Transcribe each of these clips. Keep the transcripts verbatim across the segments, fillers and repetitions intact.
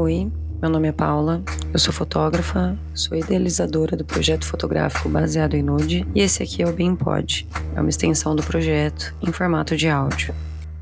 Oi, meu nome é Paula, eu sou fotógrafa, sou idealizadora do projeto fotográfico baseado em nude e esse aqui é o BeamPod, é uma extensão do projeto em formato de áudio.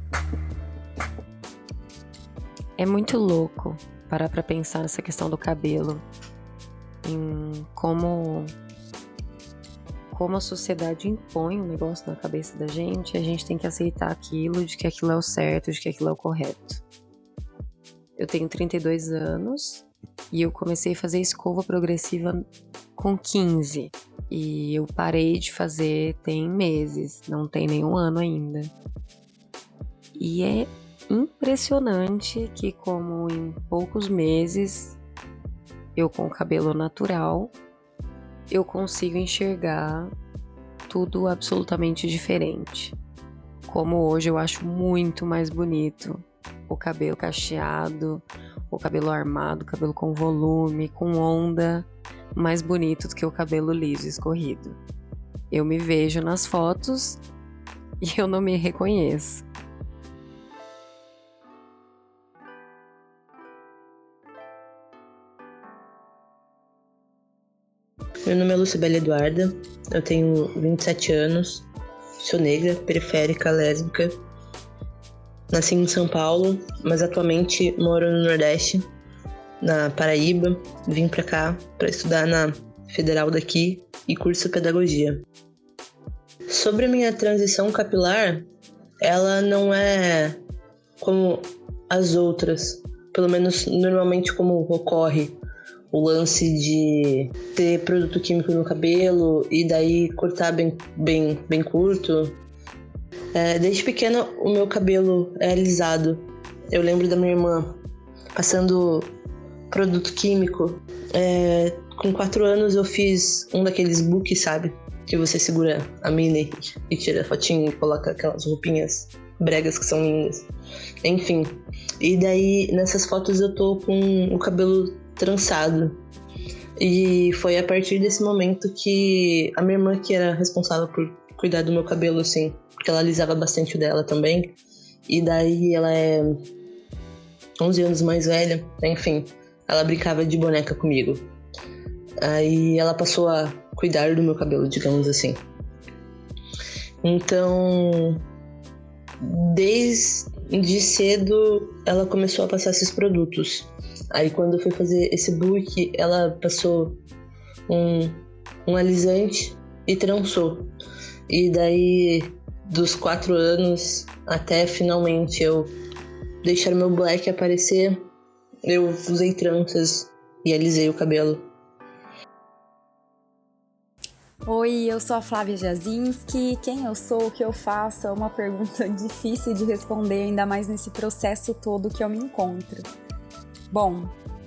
É muito louco parar pra pensar nessa questão do cabelo, em como, como a sociedade impõe um negócio na cabeça da gente e a gente tem que aceitar aquilo, de que aquilo é o certo, de que aquilo é o correto. Eu tenho trinta e dois anos e eu comecei a fazer escova progressiva com quinze. E eu parei de fazer tem meses, não tem nenhum ano ainda. E é impressionante que como em poucos meses, eu com o cabelo natural, eu consigo enxergar tudo absolutamente diferente. Como hoje eu acho muito mais bonito o cabelo cacheado, o cabelo armado, o cabelo com volume, com onda, mais bonito do que o cabelo liso e escorrido. Eu me vejo nas fotos e eu não me reconheço. Meu nome é Lucibela Eduarda, eu tenho vinte e sete anos, sou negra, periférica, lésbica. Nasci em São Paulo, mas atualmente moro no Nordeste, na Paraíba. Vim pra cá para estudar na Federal daqui e curso Pedagogia. Sobre a minha transição capilar, ela não é como as outras, pelo menos normalmente como ocorre o lance de ter produto químico no cabelo e daí cortar bem, bem, bem curto. É, desde pequena o meu cabelo é alisado. Eu lembro da minha irmã passando produto químico. É, com quatro anos eu fiz um daqueles books, sabe? Que você segura a mini e tira a fotinho e coloca aquelas roupinhas bregas que são lindas. Enfim, e daí nessas fotos eu tô com o cabelo trançado. E foi a partir desse momento que a minha irmã, que era responsável por cuidar do meu cabelo, assim, porque ela alisava bastante o dela também, e daí ela é onze anos mais velha, enfim, ela brincava de boneca comigo. Aí ela passou a cuidar do meu cabelo, digamos assim. Então, desde cedo, ela começou a passar esses produtos. Aí quando eu fui fazer esse book, ela passou um, um alisante e trançou. E daí, dos quatro anos até finalmente eu deixar meu black aparecer, eu usei tranças e alisei o cabelo. Oi, eu sou a Flávia Jazinski. Quem eu sou, o que eu faço é uma pergunta difícil de responder, ainda mais nesse processo todo que eu me encontro. Bom,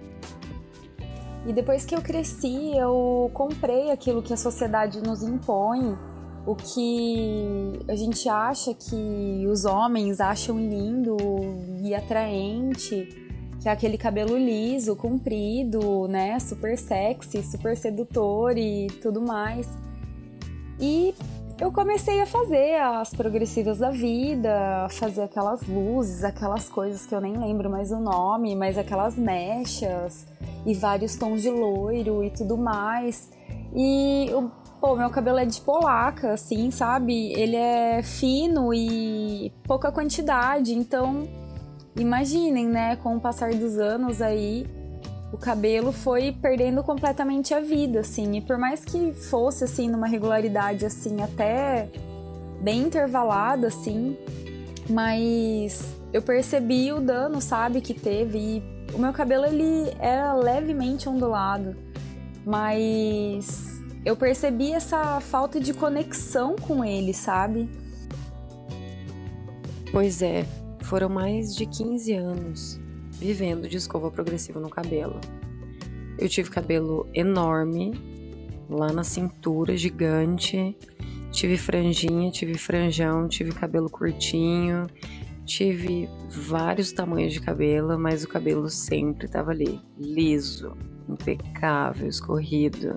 e depois que eu cresci, eu comprei aquilo que a sociedade nos impõe, o que a gente acha que os homens acham lindo e atraente, que é aquele cabelo liso, comprido, né, super sexy, super sedutor e tudo mais. E eu comecei a fazer as progressivas da vida, fazer aquelas luzes, aquelas coisas que eu nem lembro mais o nome, mas aquelas mechas e vários tons de loiro e tudo mais. E o Pô, meu cabelo é de polaca, assim, sabe? Ele é fino e pouca quantidade, então imaginem, né? Com o passar dos anos aí, o cabelo foi perdendo completamente a vida, assim. E por mais que fosse, assim, numa regularidade, assim, até bem intervalada, assim, mas eu percebi o dano, sabe, que teve. E o meu cabelo, ele era levemente ondulado, mas eu percebi essa falta de conexão com ele, sabe? Pois é, foram mais de quinze anos vivendo de escova progressiva no cabelo. Eu tive cabelo enorme, lá na cintura, gigante, tive franjinha, tive franjão, tive cabelo curtinho, tive vários tamanhos de cabelo, mas o cabelo sempre estava ali, liso, impecável, escorrido.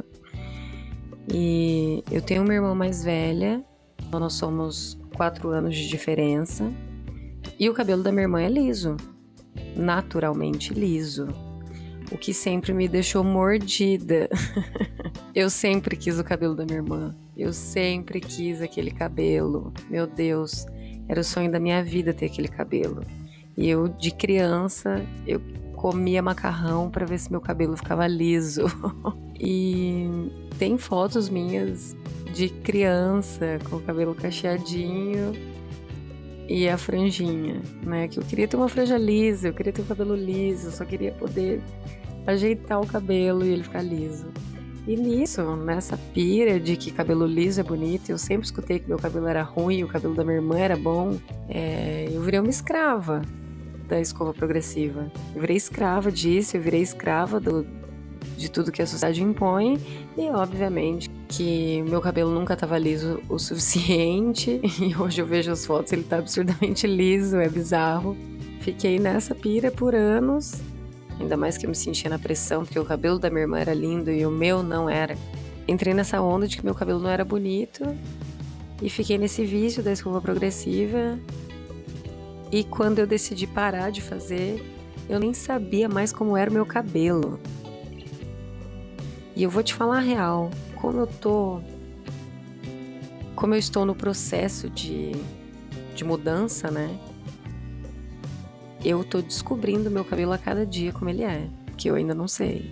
E eu tenho uma irmã mais velha, então nós somos quatro anos de diferença, e o cabelo da minha irmã é liso, naturalmente liso. o que sempre me deixou mordida. Eu sempre quis o cabelo da minha irmã. Eu sempre quis aquele cabelo. Meu Deus, era o sonho da minha vida ter aquele cabelo. E eu, de criança, eu comia macarrão para ver se meu cabelo ficava liso. E tem fotos minhas de criança com o cabelo cacheadinho e a franjinha, né? Que eu queria ter uma franja lisa, eu queria ter o cabelo liso, eu só queria poder ajeitar o cabelo e ele ficar liso. E nisso, nessa pira de que cabelo liso é bonito, eu sempre escutei que meu cabelo era ruim, o cabelo da minha irmã era bom, é, eu virei uma escrava da escova progressiva. Eu virei escrava disso, eu virei escrava do, de tudo que a sociedade impõe e, obviamente, que meu cabelo nunca estava liso o suficiente e hoje eu vejo as fotos, ele tá absurdamente liso, é bizarro. Fiquei nessa pira por anos. Ainda mais que eu me sentia na pressão, porque o cabelo da minha irmã era lindo e o meu não era. Entrei nessa onda de que meu cabelo não era bonito e fiquei nesse vício da escova progressiva. E quando eu decidi parar de fazer, eu nem sabia mais como era o meu cabelo. E eu vou te falar a real, como eu tô... Como eu estou no processo de, de mudança, né? Eu tô descobrindo meu cabelo a cada dia como ele é, que eu ainda não sei.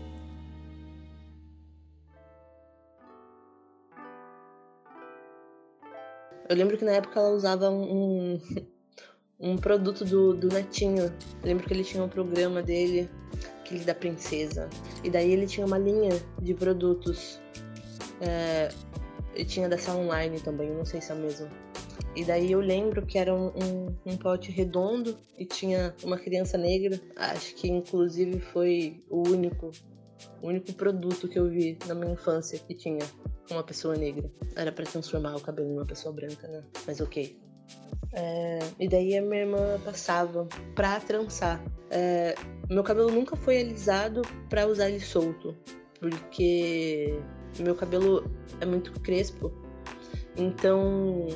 Eu lembro que na época ela usava um, um produto do, do Netinho. Eu lembro que ele tinha um programa dele, aquele da princesa. E daí ele tinha uma linha de produtos. É, ele tinha dessa online também, eu não sei se é o mesmo. E daí eu lembro que era um, um, um pote redondo e tinha uma criança negra. Acho que inclusive foi o único, o único produto que eu vi na minha infância que tinha uma pessoa negra. Era pra transformar o cabelo numa pessoa branca, né? Mas ok. É, e daí a minha irmã passava pra trançar. É, meu cabelo nunca foi alisado pra usar ele solto, porque meu cabelo é muito crespo. Então...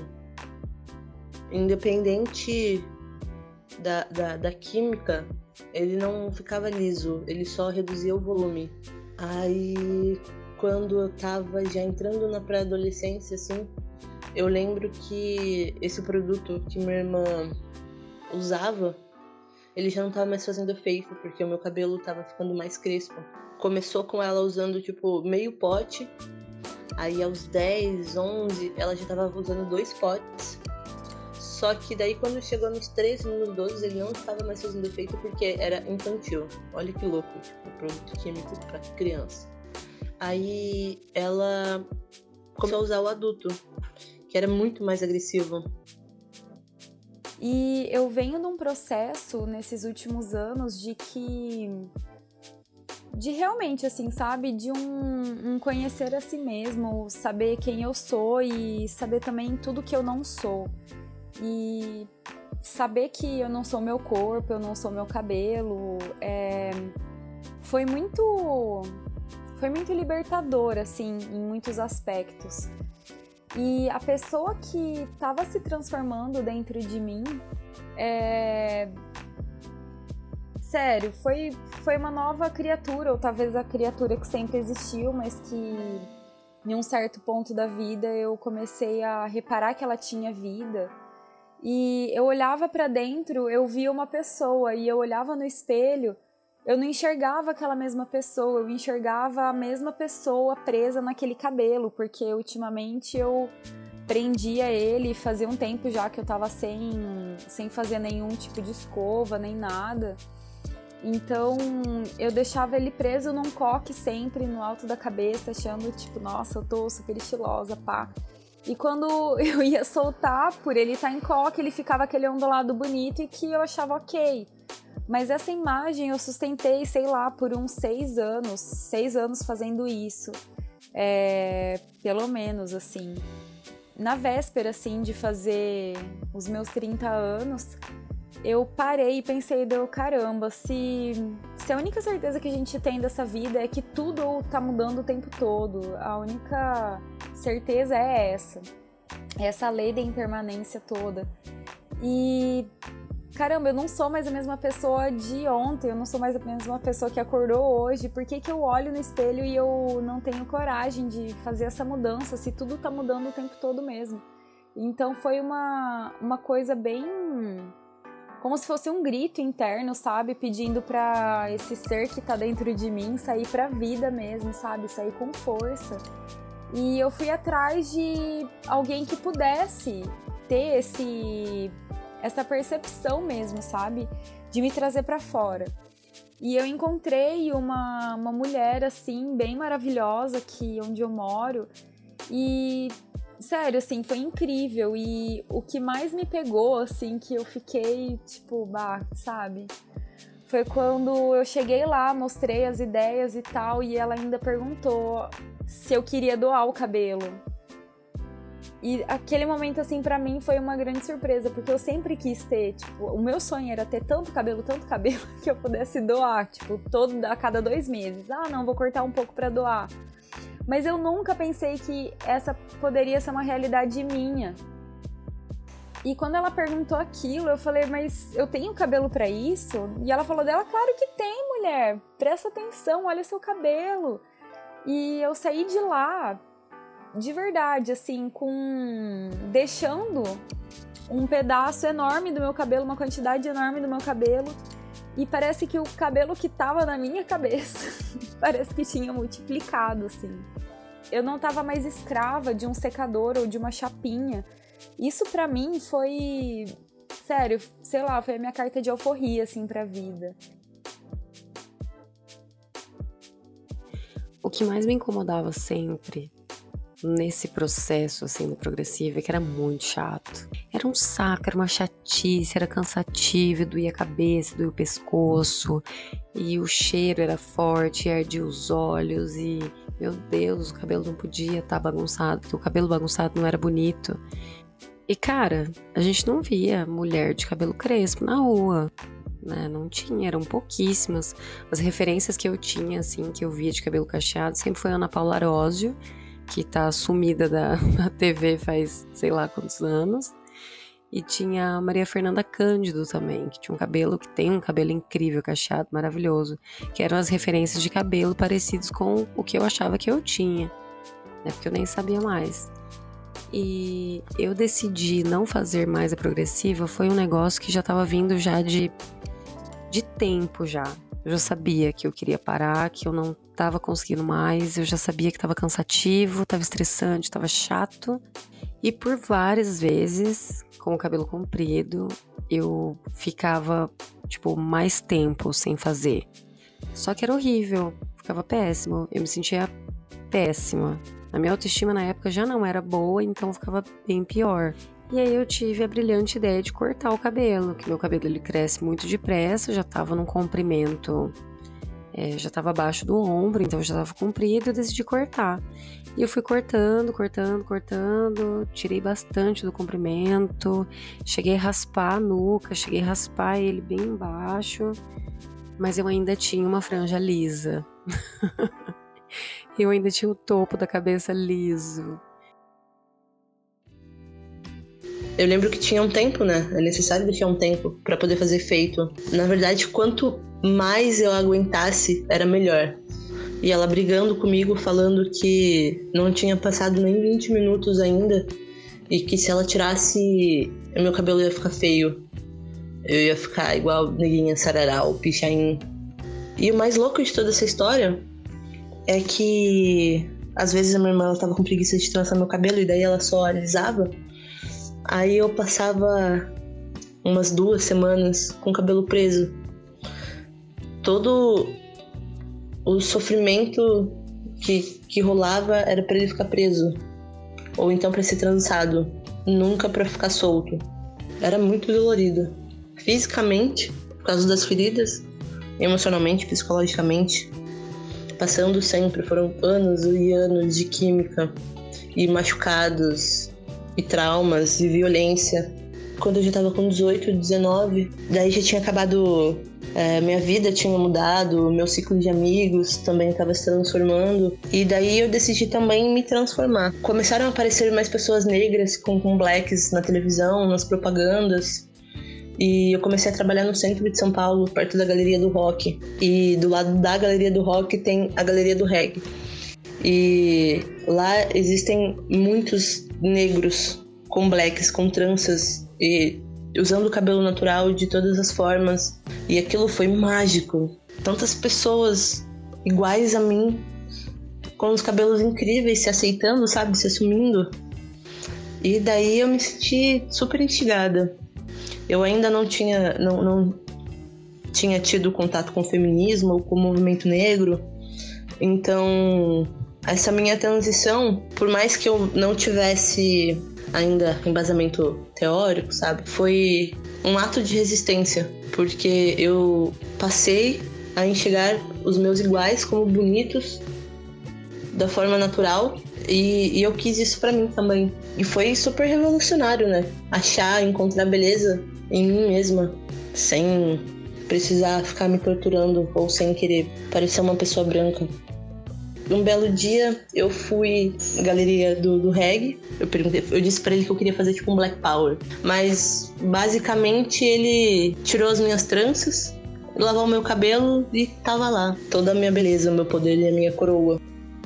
independente da, da, da química, ele não ficava liso, ele só reduzia o volume. Aí, quando eu tava já entrando na pré-adolescência, assim, eu lembro que esse produto que minha irmã usava, ele já não tava mais fazendo efeito, porque o meu cabelo tava ficando mais crespo. Começou com ela usando, tipo, meio pote, aí aos dez, onze, ela já tava usando dois potes. Só que daí quando chegou nos treze, nos doze, ele não estava mais fazendo efeito porque era infantil. Olha que louco, tipo, produto químico para criança. Aí ela começou a usar o adulto, que era muito mais agressivo. E eu venho num processo nesses últimos anos de que... de realmente, assim, sabe? De um, um conhecer a si mesmo, saber quem eu sou e saber também tudo que eu não sou. E saber que eu não sou meu corpo, eu não sou meu cabelo, é, foi muito foi muito libertador, assim, em muitos aspectos. E a pessoa que estava se transformando dentro de mim, é, sério, foi, foi uma nova criatura, ou talvez a criatura que sempre existiu, mas que em um certo ponto da vida eu comecei a reparar que ela tinha vida. E eu olhava pra dentro, eu via uma pessoa, e eu olhava no espelho, eu não enxergava aquela mesma pessoa, eu enxergava a mesma pessoa presa naquele cabelo, porque ultimamente eu prendia ele, fazia um tempo já que eu tava sem, sem fazer nenhum tipo de escova, nem nada. Então eu deixava ele preso num coque sempre, no alto da cabeça, achando tipo, nossa, eu tô super estilosa, pá. E quando eu ia soltar, por ele estar em coque, ele ficava aquele ondulado bonito e que eu achava ok. Mas essa imagem eu sustentei, sei lá, por uns seis anos, seis anos fazendo isso. É, pelo menos, assim. Na véspera, assim, de fazer os meus trinta anos, eu parei e pensei, deu, caramba, se, se a única certeza que a gente tem dessa vida é que tudo tá mudando o tempo todo, a única certeza é essa, essa lei da impermanência toda. E caramba, eu não sou mais a mesma pessoa de ontem, eu não sou mais a mesma pessoa que acordou hoje, por que que eu olho no espelho e eu não tenho coragem de fazer essa mudança, se tudo tá mudando o tempo todo mesmo? Então foi uma, uma coisa bem... como se fosse um grito interno, sabe? Pedindo pra esse ser que tá dentro de mim sair pra vida mesmo, sabe? Sair com força. E eu fui atrás de alguém que pudesse ter esse... essa percepção mesmo, sabe? De me trazer pra fora. E eu encontrei uma, uma mulher, assim, bem maravilhosa aqui onde eu moro. E, sério, assim, foi incrível. E o que mais me pegou, assim, que eu fiquei, tipo, bah, sabe? Foi quando eu cheguei lá, mostrei as ideias e tal, e ela ainda perguntou se eu queria doar o cabelo. E aquele momento, assim, pra mim foi uma grande surpresa, porque eu sempre quis ter, tipo, o meu sonho era ter tanto cabelo, tanto cabelo, que eu pudesse doar, tipo, todo, a cada dois meses. Ah, não, vou cortar um pouco pra doar. Mas eu nunca pensei que essa poderia ser uma realidade minha. E quando ela perguntou aquilo, eu falei, mas eu tenho cabelo pra isso? E ela falou dela, claro que tem, mulher, presta atenção, olha seu cabelo. E eu saí de lá... de verdade, assim, com... deixando um pedaço enorme do meu cabelo, uma quantidade enorme do meu cabelo, e parece que o cabelo que tava na minha cabeça parece que tinha multiplicado, assim. Eu não tava mais escrava de um secador ou de uma chapinha. Isso pra mim foi... sério, sei lá, foi a minha carta de alforria, assim, pra vida. O que mais me incomodava sempre nesse processo, assim, do progressivo, é que era muito chato. Era um saco, era uma chatice, era cansativo, doía a cabeça, doía o pescoço, e o cheiro era forte, ardia os olhos, e, meu Deus, o cabelo não podia estar bagunçado, porque o cabelo bagunçado não era bonito. E, cara, a gente não via mulher de cabelo crespo na rua, né? Não tinha, eram pouquíssimas. As referências que eu tinha, assim, que eu via de cabelo cacheado, sempre foi a Ana Paula Arósio, que tá sumida da, da T V faz sei lá quantos anos. E tinha a Maria Fernanda Cândido também, que tinha um cabelo, que tem um cabelo incrível, cacheado, maravilhoso. Que eram as referências de cabelo parecidos com o que eu achava que eu tinha, né? Porque eu nem sabia mais. E eu decidi não fazer mais a progressiva, foi um negócio que já tava vindo já de, de tempo já. Eu já sabia que eu queria parar, que eu não tava conseguindo mais, eu já sabia que tava cansativo, tava estressante, tava chato. E por várias vezes, com o cabelo comprido, eu ficava, tipo, mais tempo sem fazer. Só que era horrível, ficava péssimo, eu me sentia péssima. A minha autoestima na época já não era boa, então ficava bem pior. E aí eu tive a brilhante ideia de cortar o cabelo, que meu cabelo ele cresce muito depressa, já tava num comprimento, é, já tava abaixo do ombro, então já tava comprido, eu decidi cortar. E eu fui cortando, cortando, cortando, tirei bastante do comprimento, cheguei a raspar a nuca, cheguei a raspar ele bem embaixo, mas eu ainda tinha uma franja lisa. Eu ainda tinha o topo da cabeça liso. Eu lembro que tinha um tempo, né? É necessário deixar um tempo pra poder fazer efeito. Na verdade, quanto mais eu aguentasse, era melhor. E ela brigando comigo, falando que não tinha passado nem vinte minutos ainda e que se ela tirasse, meu cabelo ia ficar feio. Eu ia ficar igual neguinha sararau, pichain. E o mais louco de toda essa história é que às vezes a minha irmã ela tava com preguiça de trançar meu cabelo e daí ela só alisava. Aí eu passava umas duas semanas com o cabelo preso. Todo o sofrimento que, que rolava era pra ele ficar preso. Ou então pra ser trançado. Nunca pra ficar solto. Era muito dolorido. Fisicamente, por causa das feridas. Emocionalmente, psicologicamente. Passando sempre. Foram anos e anos de química. E machucados. E traumas, e violência. Quando eu já tava com dezoito, dezenove, daí já tinha acabado, é, minha vida tinha mudado, meu ciclo de amigos também estava se transformando, e daí eu decidi também me transformar. Começaram a aparecer mais pessoas negras com, com blacks na televisão, nas propagandas, e eu comecei a trabalhar no centro de São Paulo, perto da Galeria do Rock. E do lado da Galeria do Rock tem a Galeria do Reggae. E lá existem muitos negros com blacks, com tranças, e usando o cabelo natural de todas as formas. E aquilo foi mágico. Tantas pessoas iguais a mim, com os cabelos incríveis, se aceitando, sabe? Se assumindo. E daí eu me senti super instigada. Eu ainda não tinha, não, não tinha tido contato com o feminismo ou com o movimento negro. Então, essa minha transição, por mais que eu não tivesse ainda embasamento teórico, sabe? Foi um ato de resistência. Porque eu passei a enxergar os meus iguais como bonitos, da forma natural, e, e eu quis isso pra mim também. E foi super revolucionário, né? Achar, encontrar beleza em mim mesma, sem precisar ficar me torturando ou sem querer parecer uma pessoa branca. Um belo dia, eu fui na galeria do, do reggae. Eu perguntei, eu disse pra ele que eu queria fazer tipo um Black Power. Mas, basicamente, ele tirou as minhas tranças, lavou o meu cabelo e tava lá. Toda a minha beleza, o meu poder e a minha coroa.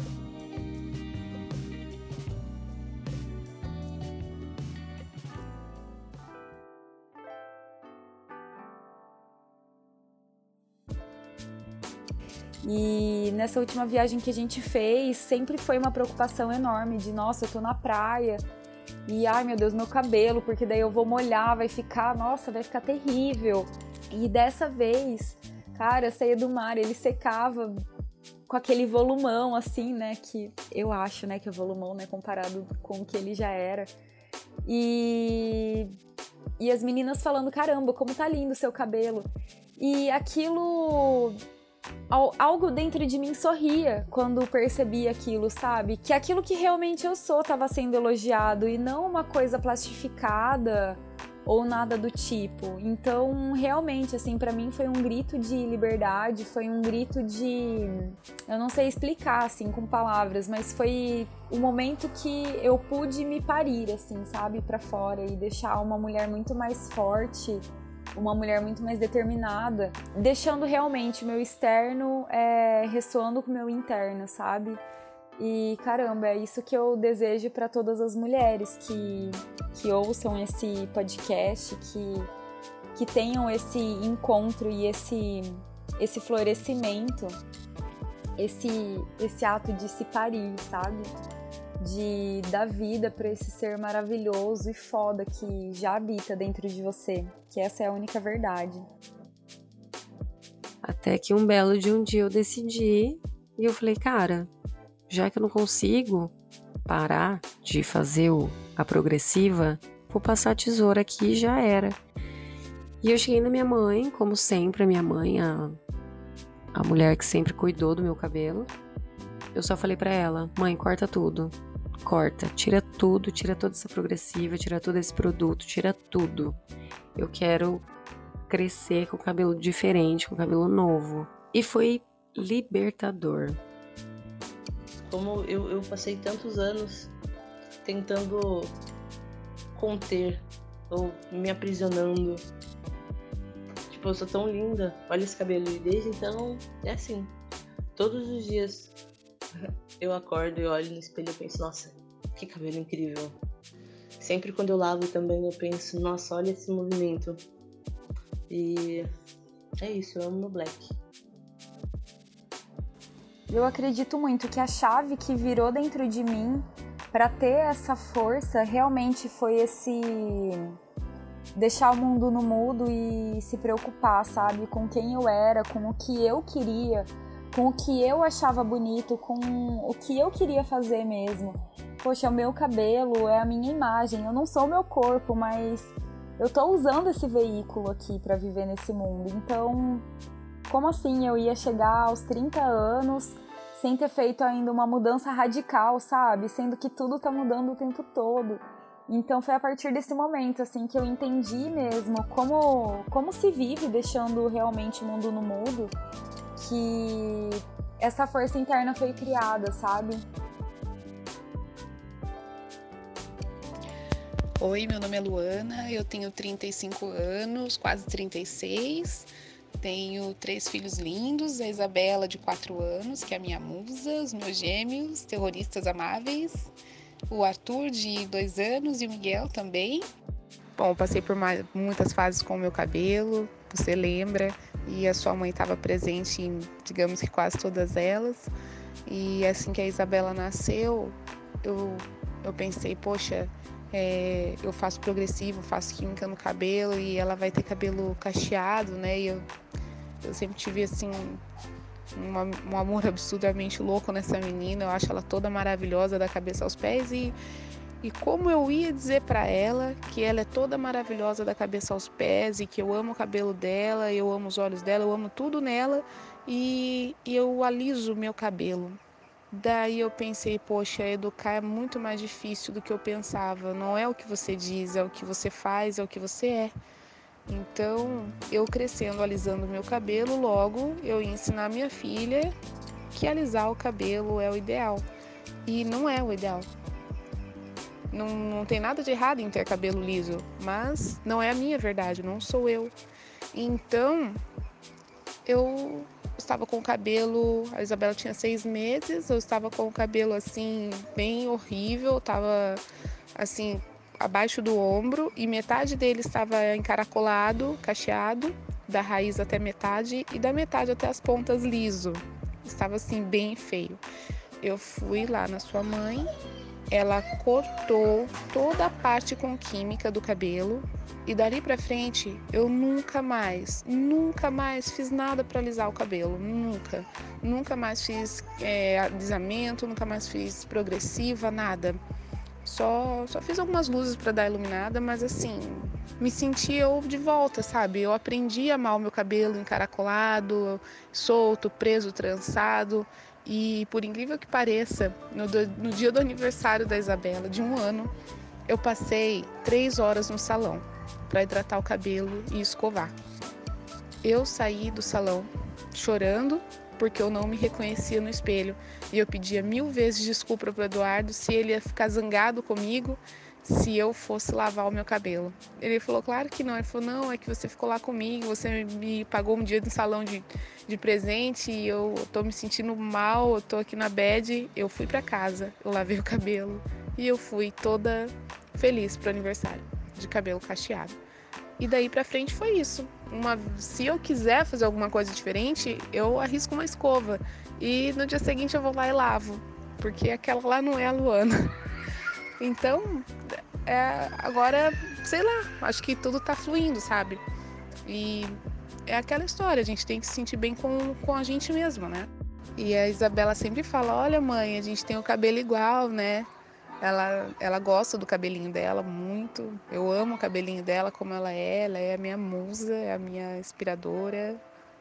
E nessa última viagem que a gente fez, sempre foi uma preocupação enorme de, nossa, eu tô na praia e, ai meu Deus, meu cabelo, porque daí eu vou molhar, vai ficar, nossa, vai ficar terrível. E dessa vez, cara, eu saía do mar, ele secava com aquele volumão, assim, né, que eu acho, né, que é volumão, né, comparado com o que ele já era. E, e as meninas falando, caramba, como tá lindo o seu cabelo. E aquilo... algo dentro de mim sorria quando percebi aquilo, sabe? Que aquilo que realmente eu sou estava sendo elogiado e não uma coisa plastificada ou nada do tipo. Então, realmente, assim, pra mim foi um grito de liberdade, foi um grito de... eu não sei explicar, assim, com palavras, mas foi o momento que eu pude me parir, assim, sabe? Pra fora e deixar uma mulher muito mais forte, uma mulher muito mais determinada, deixando realmente o meu externo é, ressoando com o meu interno, sabe? E caramba, é isso que eu desejo para todas as mulheres que, que ouçam esse podcast, que, que tenham esse encontro e esse, esse florescimento, esse, esse ato de se parir, sabe? De dar vida para esse ser maravilhoso e foda que já habita dentro de você, que essa é a única verdade. Até que um belo de um dia eu decidi e eu falei, cara, já que eu não consigo parar de fazer o, a progressiva, vou passar a tesoura aqui e já era. E eu cheguei na minha mãe, como sempre, a minha mãe, a, a mulher que sempre cuidou do meu cabelo. Eu só falei pra ela, mãe, corta tudo. Corta, tira tudo, tira toda essa progressiva, tira todo esse produto, tira tudo. Eu quero crescer com cabelo diferente, com cabelo novo. E foi libertador. Como eu, eu passei tantos anos tentando conter ou me aprisionando. Tipo, eu sou tão linda, olha esse cabelo. E desde então, é assim. Todos os dias eu acordo e olho no espelho e penso, nossa, que cabelo incrível. Sempre quando eu lavo também eu penso, nossa, olha esse movimento. E é isso, eu amo meu black. Eu acredito muito que a chave que virou dentro de mim para ter essa força realmente foi esse deixar o mundo no mudo e se preocupar, sabe? Com quem eu era, com o que eu queria, com o que eu achava bonito, com o que eu queria fazer mesmo. Poxa, o meu cabelo é a minha imagem, eu não sou o meu corpo, mas eu tô usando esse veículo aqui para viver nesse mundo. Então, como assim eu ia chegar aos trinta anos sem ter feito ainda uma mudança radical, sabe? Sendo que tudo tá mudando o tempo todo. Então foi a partir desse momento, assim, que eu entendi mesmo como, como se vive deixando realmente o mundo no mudo, que essa força interna foi criada, sabe? Oi, meu nome é Luana, eu tenho trinta e cinco anos, quase trinta e seis. Tenho três filhos lindos, a Isabela de quatro anos, que é a minha musa, os meus gêmeos, terroristas amáveis, o Arthur de dois anos e o Miguel também. Bom, eu passei por mais, muitas fases com o meu cabelo, você lembra, e a sua mãe estava presente em, digamos que quase todas elas. E assim que a Isabela nasceu, eu, eu pensei, poxa, é, eu faço progressivo, faço química no cabelo e ela vai ter cabelo cacheado, né? E eu, eu sempre tive, assim, uma, um amor absurdamente louco nessa menina. Eu acho ela toda maravilhosa da cabeça aos pés e, e como eu ia dizer para ela que ela é toda maravilhosa da cabeça aos pés e que eu amo o cabelo dela, eu amo os olhos dela, eu amo tudo nela e, e eu aliso o meu cabelo. Daí eu pensei, poxa, educar é muito mais difícil do que eu pensava. Não é o que você diz, é o que você faz, é o que você é. Então, eu crescendo, alisando meu cabelo, logo eu ia ensinar minha filha que alisar o cabelo é o ideal. E não é o ideal. Não, não tem nada de errado em ter cabelo liso, mas não é a minha verdade, não sou eu. Então, eu estava com o cabelo, a Isabela tinha seis meses, eu estava com o cabelo assim, bem horrível, estava assim, abaixo do ombro e metade dele estava encaracolado, cacheado, da raiz até metade e da metade até as pontas liso. Estava assim, bem feio. Eu fui lá na sua mãe, ela cortou toda a parte com química do cabelo e dali pra frente eu nunca mais, nunca mais fiz nada para alisar o cabelo, nunca. Nunca mais fiz é, alisamento, nunca mais fiz progressiva, nada. Só, só fiz algumas luzes para dar iluminada, mas assim, me senti eu de volta, sabe? Eu aprendi a amar o meu cabelo encaracolado, solto, preso, trançado. E por incrível que pareça, no, do, no dia do aniversário da Isabela, de um ano, eu passei três horas no salão para hidratar o cabelo e escovar. Eu saí do salão chorando porque eu não me reconhecia no espelho e eu pedia mil vezes desculpa para o Eduardo se ele ia ficar zangado comigo se eu fosse lavar o meu cabelo. Ele falou, claro que não. Ele falou, não, é que você ficou lá comigo, você me pagou um dia no salão de, de presente e eu tô me sentindo mal, eu tô aqui na bad. Eu fui para casa, eu lavei o cabelo e eu fui toda feliz pro aniversário, de cabelo cacheado. E daí pra frente foi isso. Uma, se eu quiser fazer alguma coisa diferente, eu arrisco uma escova. E no dia seguinte eu vou lá e lavo, porque aquela lá não é a Luana. Então, é, agora, sei lá, acho que tudo tá fluindo, sabe? E é aquela história, a gente tem que se sentir bem com, com a gente mesma, né? E a Isabela sempre fala, olha mãe, a gente tem o cabelo igual, né? Ela, ela gosta do cabelinho dela muito, eu amo o cabelinho dela como ela é, ela é a minha musa, é a minha inspiradora.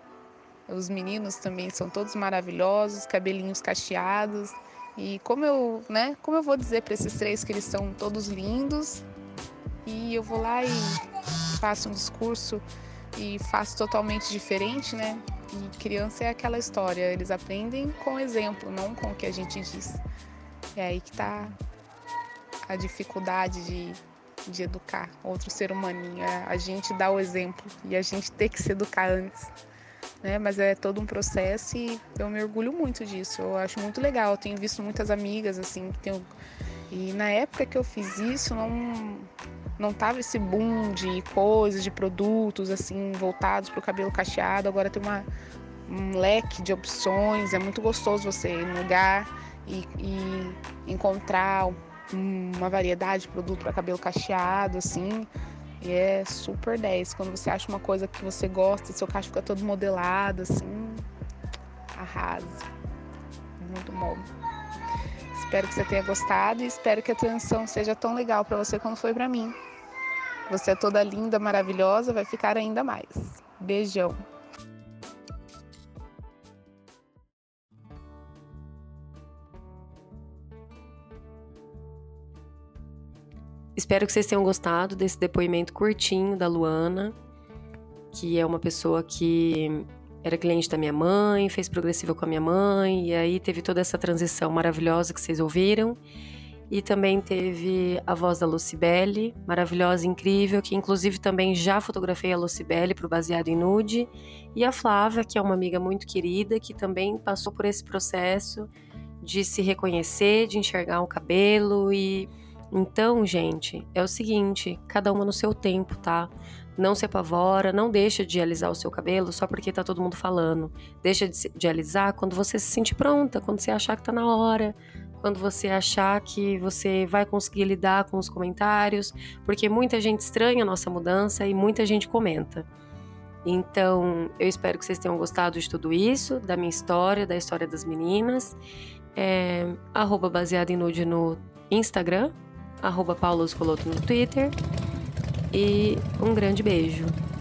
Os meninos também são todos maravilhosos, cabelinhos cacheados. E como eu, né, como eu vou dizer para esses três que eles são todos lindos, e eu vou lá e faço um discurso e faço totalmente diferente, né? E criança é aquela história, eles aprendem com exemplo, não com o que a gente diz. É aí que tá a dificuldade de, de educar outro ser humaninho, é a gente dar o exemplo e a gente ter que se educar antes. Né? Mas é todo um processo e eu me orgulho muito disso, eu acho muito legal. Eu tenho visto muitas amigas assim que tem... e na época que eu fiz isso não não tava esse boom de coisas, de produtos assim voltados para o cabelo cacheado. Agora tem uma, um leque de opções, é muito gostoso você ir no lugar e, e encontrar uma variedade de produto para cabelo cacheado assim. E é super dez. Quando você acha uma coisa que você gosta, seu cacho fica todo modelado, assim, arrasa. Muito bom. Espero que você tenha gostado e espero que a transição seja tão legal para você quanto foi para mim. Você é toda linda, maravilhosa, vai ficar ainda mais. Beijão. Espero que vocês tenham gostado desse depoimento curtinho da Luana, que é uma pessoa que era cliente da minha mãe, fez progressiva com a minha mãe, e aí teve toda essa transição maravilhosa que vocês ouviram. E também teve a voz da Lucibele, maravilhosa, incrível, que inclusive também já fotografei a Lucibele para o Baseado em Nude. E a Flávia, que é uma amiga muito querida, que também passou por esse processo de se reconhecer, de enxergar o cabelo. E então, gente, é o seguinte, cada uma no seu tempo, tá? Não se apavora, não deixa de alisar o seu cabelo só porque tá todo mundo falando. Deixa de, de alisar quando você se sentir pronta, quando você achar que tá na hora, quando você achar que você vai conseguir lidar com os comentários, porque muita gente estranha a nossa mudança e muita gente comenta. Então, eu espero que vocês tenham gostado de tudo isso, da minha história, da história das meninas. É, arroba Baseado em Nude no Instagram, arroba Paula Oscoloto no Twitter. E um grande beijo.